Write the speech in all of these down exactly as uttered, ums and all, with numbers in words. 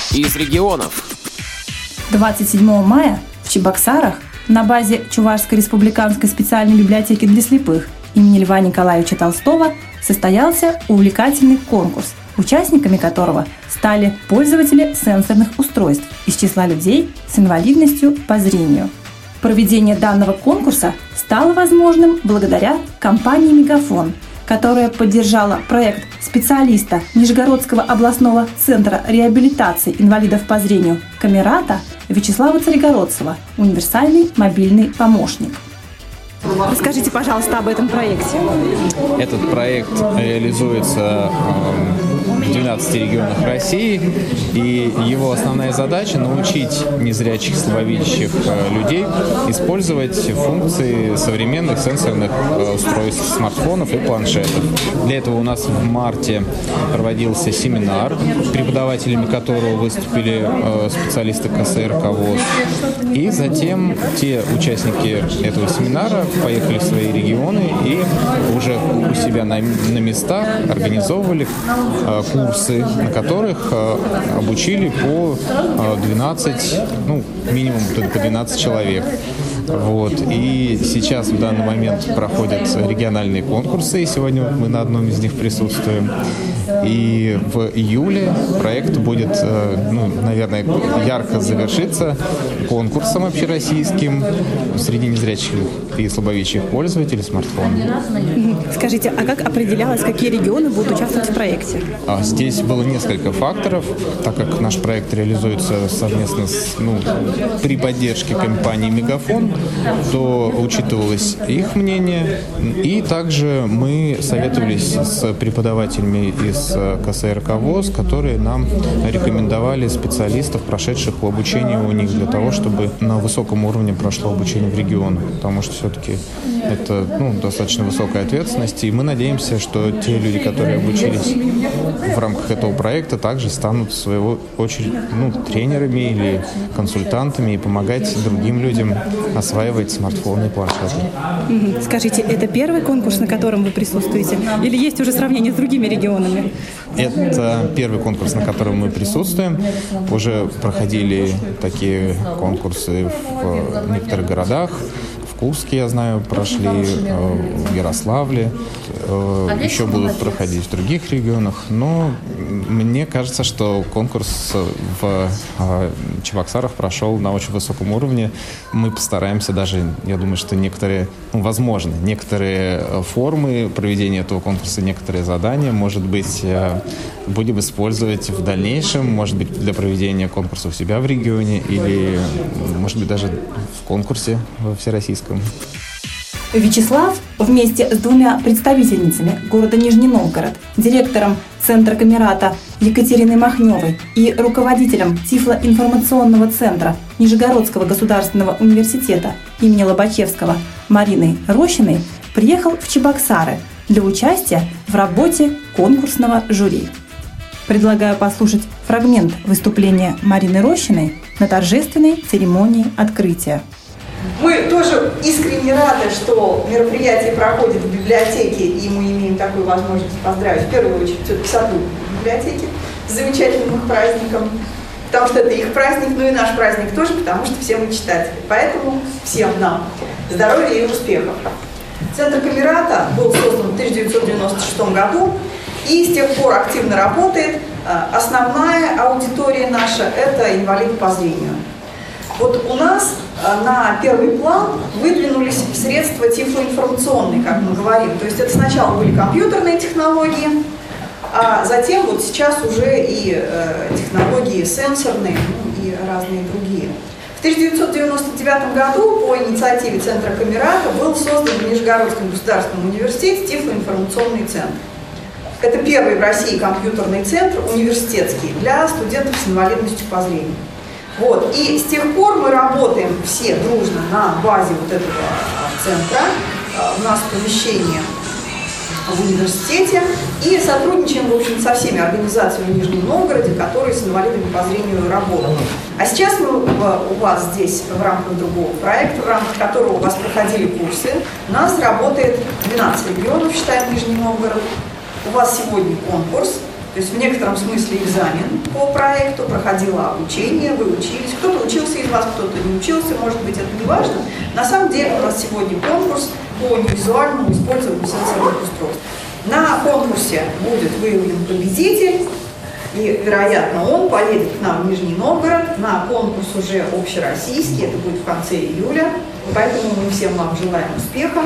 из регионов. двадцать седьмого мая в Чебоксарах на базе Чувашской республиканской специальной библиотеки для слепых имени Льва Николаевича Толстого состоялся увлекательный конкурс, участниками которого стали пользователи сенсорных устройств из числа людей с инвалидностью по зрению. Проведение данного конкурса стало возможным благодаря компании «Мегафон», которая поддержала проект специалиста Нижегородского областного центра реабилитации инвалидов по зрению «Камерата» Вячеслава Царегородцева «Универсальный мобильный помощник». Расскажите, пожалуйста, об этом проекте. Этот проект реализуется в двенадцати регионах России, и его основная задача – научить незрячих, слабовидящих людей использовать функции современных сенсорных устройств, смартфонов и планшетов. Для этого у нас в марте проводился семинар, преподавателями которого выступили специалисты ка эс эр ка ВОС. И затем те участники этого семинара поехали в свои регионы и уже у себя на, на местах организовывали э, курсы, на которых э, обучили по э, двенадцать, ну, минимум по двенадцать человек. Вот. И сейчас в данный момент проходят региональные конкурсы, и сегодня мы на одном из них присутствуем. И в июле проект будет, ну, наверное, ярко завершиться конкурсом общероссийским среди незрячих и слабовидящих пользователей смартфона. Скажите, а как определялось, какие регионы будут участвовать в проекте? А здесь было несколько факторов, так как наш проект реализуется совместно с, ну, при поддержке компании «Мегафон», то учитывалось их мнение, и также мы советовались с преподавателями из ка эс эр ка ВОС, которые нам рекомендовали специалистов, прошедших обучение у них, для того, чтобы на высоком уровне прошло обучение в регионах, потому что все-таки это, ну, достаточно высокая ответственность, и мы надеемся, что те люди, которые обучились в рамках этого проекта, также станут в свою очередь, ну, тренерами или консультантами и помогать другим людям осваивать смартфоны и планшеты. Скажите, это первый конкурс, на котором вы присутствуете? Или есть уже сравнение с другими регионами? Это первый конкурс, на котором мы присутствуем. Уже проходили такие конкурсы в некоторых городах. В Курске, я знаю, прошли, в Ярославле, еще будут проходить в других регионах. Но мне кажется, что конкурс в Чебоксарах прошел на очень высоком уровне. Мы постараемся даже, я думаю, что некоторые, ну, возможно, некоторые формы проведения этого конкурса, некоторые задания, может быть, будем использовать в дальнейшем, может быть, для проведения конкурса у себя в регионе или, может быть, даже в конкурсе всероссийском. Вячеслав вместе с двумя представительницами города Нижний Новгород, директором Центра Камерата Екатериной Махневой и руководителем Тифлоинформационного центра Нижегородского государственного университета имени Лобачевского Мариной Рощиной приехал в Чебоксары для участия в работе конкурсного жюри. Предлагаю послушать фрагмент выступления Марины Рощиной на торжественной церемонии открытия. Мы тоже искренне рады, что мероприятие проходит в библиотеке, и мы имеем такую возможность поздравить в первую очередь все-таки сотрудников библиотеки с замечательным их праздником, потому что это их праздник, ну и наш праздник тоже, потому что все мы читатели. Поэтому всем нам здоровья и успехов. Центр Камерата был создан в тысяча девятьсот девяносто шестом году и с тех пор активно работает. Основная аудитория наша – это инвалиды по зрению. Вот у нас на первый план выдвинулись средства тифлоинформационные, как мы говорим. То есть это сначала были компьютерные технологии, а затем вот сейчас уже и э, технологии сенсорные, ну, и разные другие. В тысяча девятьсот девяносто девятом году по инициативе Центра Камерата был создан в Нижегородском государственном университете Тифлоинформационный центр. Это первый в России компьютерный центр университетский для студентов с инвалидностью по зрению. Вот. И с тех пор мы работаем все дружно на базе вот этого центра. У нас помещение в университете. И сотрудничаем, в общем, со всеми организациями в Нижнем Новгороде, которые с инвалидами по зрению работают. А сейчас мы у вас здесь в рамках другого проекта, в рамках которого у вас проходили курсы. У нас работает двенадцать регионов, считаем, Нижний Новгород. У вас сегодня конкурс. То То есть в некотором смысле экзамен по проекту, проходило обучение, вы учились. Кто-то учился из вас, кто-то не учился, может быть, это не важно. На самом деле у нас сегодня конкурс по невизуальному использованию сенсорных устройств. На конкурсе будет выявлен победитель, и, вероятно, он поедет к нам в Нижний Новгород на конкурс уже общероссийский, это будет в конце июля, поэтому мы всем вам желаем успеха.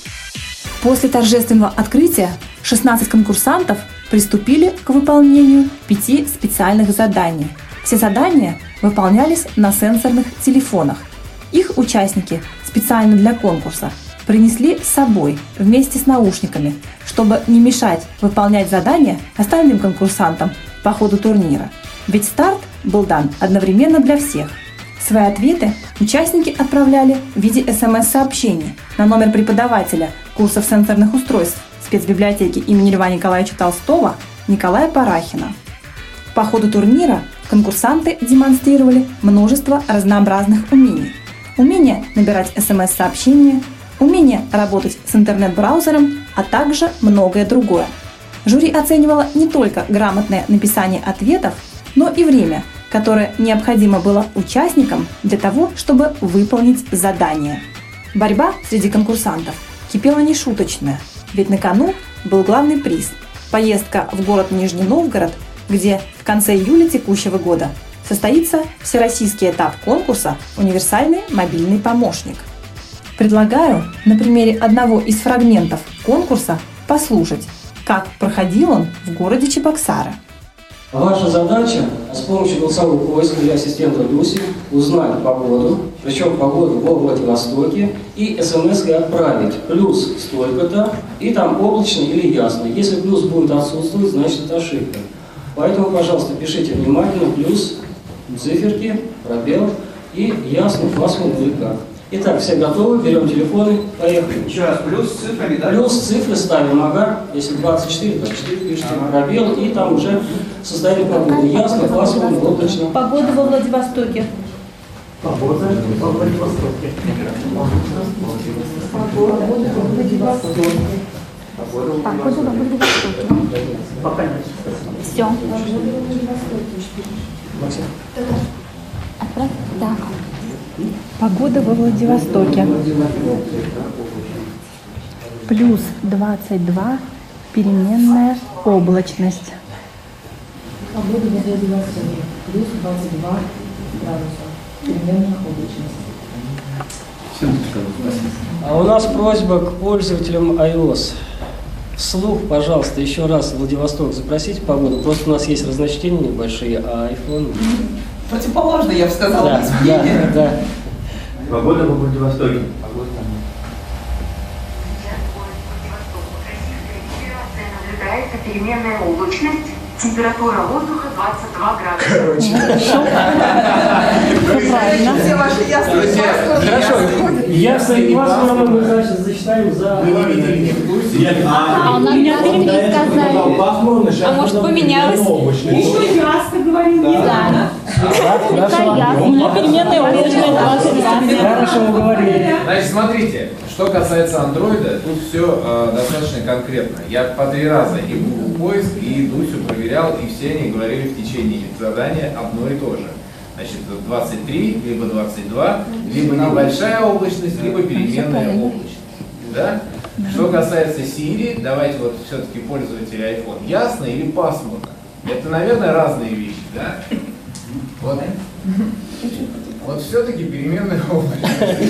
После торжественного открытия шестнадцать конкурсантов приступили к выполнению пяти специальных заданий. Все задания выполнялись на сенсорных телефонах. Их участники специально для конкурса принесли с собой вместе с наушниками, чтобы не мешать выполнять задания остальным конкурсантам по ходу турнира. Ведь старт был дан одновременно для всех. Свои ответы участники отправляли в виде эс эм эс-сообщений на номер преподавателя курсов сенсорных устройств спецбиблиотеки имени Льва Николаевича Толстого Николая Парахина. По ходу турнира конкурсанты демонстрировали множество разнообразных умений. Умение набирать эс эм эс-сообщения, умение работать с интернет-браузером, а также многое другое. Жюри оценивало не только грамотное написание ответов, но и время, которое необходимо было участникам для того, чтобы выполнить задание. Борьба среди конкурсантов кипела нешуточная, ведь на кону был главный приз – поездка в город Нижний Новгород, где в конце июля текущего года состоится всероссийский этап конкурса «Универсальный мобильный помощник». Предлагаю на примере одного из фрагментов конкурса послушать, как проходил он в городе Чебоксары. Ваша задача с помощью голосового поиска для ассистента Дуси узнать погоду, причем погоду во Владивостоке, и смс-кой отправить плюс столько-то, и там облачно или ясно. Если плюс будет отсутствовать, значит это ошибка. Поэтому, пожалуйста, пишите внимательно плюс, циферки, пробел и ясно, пасмурно или как. Итак, все готовы, берем телефоны, поехали. Еще раз, плюс с цифрами, да? Плюс цифры ставим, ага, если двадцать четыре, двадцать четыре пишите, ага. Пробел, и там уже состояние погоды. Ясно, пасмурно, облачно. Погода во Владивостоке. Погода во Владивостоке. Погода во Владивостоке. Погода во Владивостоке. Пока нет. Все. Максим? Отправь? Да. Погода во Владивостоке. Плюс двадцать два, переменная облачность. Погода во Владивостоке. Плюс двадцать два градуса. Переменная облачность. А у нас просьба к пользователям iOS. Вслух, пожалуйста, еще раз Владивосток запросите погоду. Просто у нас есть разночтения небольшие, а iPhone... Противоположно, я бы сказала, да, да, да. Погода во Владивостоке. Наблюдается переменная облачность, температура воздуха двадцать два градуса. Все ваши ясные. Хорошо. Ясно и пасмурно мы, значит, зачитаем за... А у меня перевели, сказали. А может поменялось? Еще ясно говорили. Не знаю. Хорошо. У меня переменная облачность двадцать два. Хорошо, уговорили. Значит, смотрите, что касается андроида, тут все э, достаточно конкретно. Я по три раза и Google поиск, и Дусю проверял, и все они говорили в течение задания одно и то же. Значит, двадцать три, либо двадцать два, либо небольшая облачность, либо переменная облачность. Да? Что касается Siri, давайте вот все-таки пользователи iPhone, ясно или пасмурно? Это, наверное, разные вещи, да? Вот, вот все-таки переменная облачность.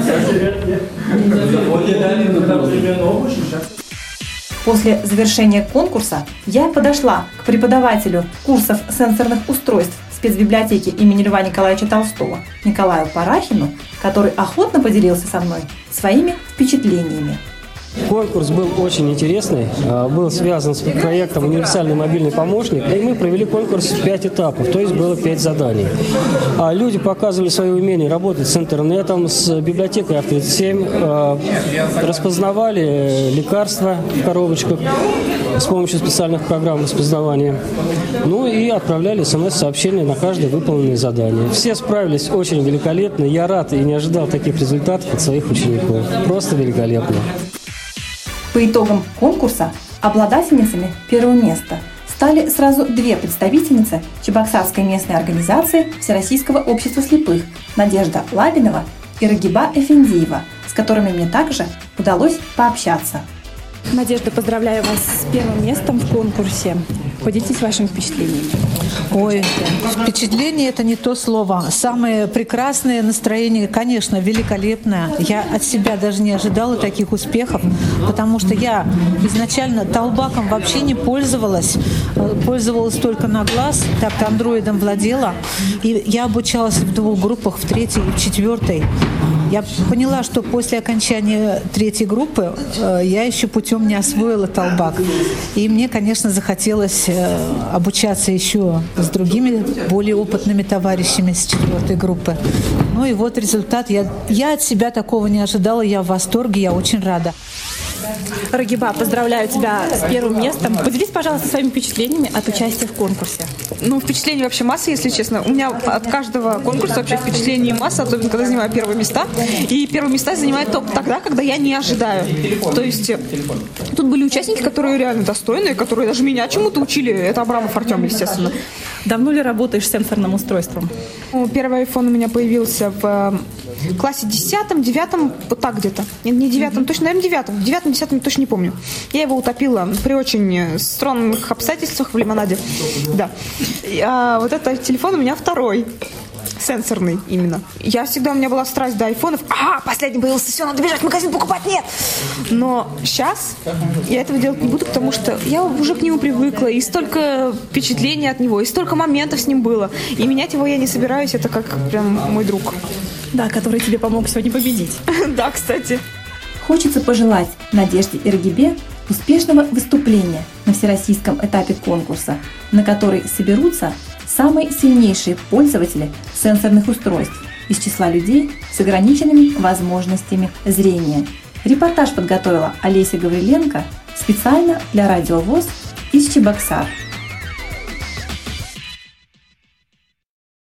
После завершения конкурса я подошла к преподавателю курсов сенсорных устройств спецбиблиотеки имени Льва Николаевича Толстого Николаю Парахину, который охотно поделился со мной своими впечатлениями. Конкурс был очень интересный, был связан с проектом «Универсальный мобильный помощник», и мы провели конкурс в пять этапов, то есть было пять заданий. Люди показывали свои умения работать с интернетом, с библиотекой эй тридцать семь, распознавали лекарства в коробочках с помощью специальных программ распознавания, ну и отправляли смс-сообщения на каждое выполненное задание. Все справились очень великолепно, я рад и не ожидал таких результатов от своих учеников. Просто великолепно. По итогам конкурса обладательницами первого места стали сразу две представительницы Чебоксарской местной организации Всероссийского общества слепых Надежда Лабинова и Рагиба Эфендиева, с которыми мне также удалось пообщаться. Надежда, поздравляю вас с первым местом в конкурсе. Поделитесь вашими впечатлениями. Ой, впечатление – это не то слово. Самое прекрасное настроение, конечно, великолепное. Я от себя даже не ожидала таких успехов, потому что я изначально толбаком вообще не пользовалась. Пользовалась только на глаз, так-то андроидом владела. И я обучалась в двух группах, в третьей и в четвертой. Я поняла, что после окончания третьей группы э, я еще путем не освоила толбак. И мне, конечно, захотелось э, обучаться еще с другими более опытными товарищами с четвертой группы. Ну и вот результат. Я, я от себя такого не ожидала, я в восторге, я очень рада. Рагиба, поздравляю тебя с первым местом. Поделись, пожалуйста, своими впечатлениями от участия в конкурсе. Ну, впечатлений вообще масса, если честно. У меня от каждого конкурса вообще впечатлений масса, особенно когда занимаю первые места. И первые места занимают только тогда, когда я не ожидаю. То есть тут были участники, которые реально достойные, которые даже меня чему-то учили. Это Абрамов Артем, естественно. Давно ли работаешь с сенсорным устройством? Ну, первый iPhone у меня появился в классе десятом, девятом, вот так где-то. Нет, не девятом, точно, наверное, девятом. В девятом, десятом, точно не помню. Я его утопила при очень странных обстоятельствах в лимонаде. Да. А вот этот телефон у меня второй. Сенсорный именно. Я всегда, у меня была страсть до айфонов. А, последний появился, все, надо бежать в магазин покупать, нет! Но сейчас я этого делать не буду, потому что я уже к нему привыкла, и столько впечатлений от него, и столько моментов с ним было. И менять его я не собираюсь, это как прям мой друг. Да, который тебе помог сегодня победить. Да, кстати. Хочется пожелать Надежде и Рагибе успешного выступления на всероссийском этапе конкурса, на который соберутся самые сильнейшие пользователи сенсорных устройств из числа людей с ограниченными возможностями зрения. Репортаж подготовила Олеся Гавриленко специально для Радио ВОС из Чебоксар.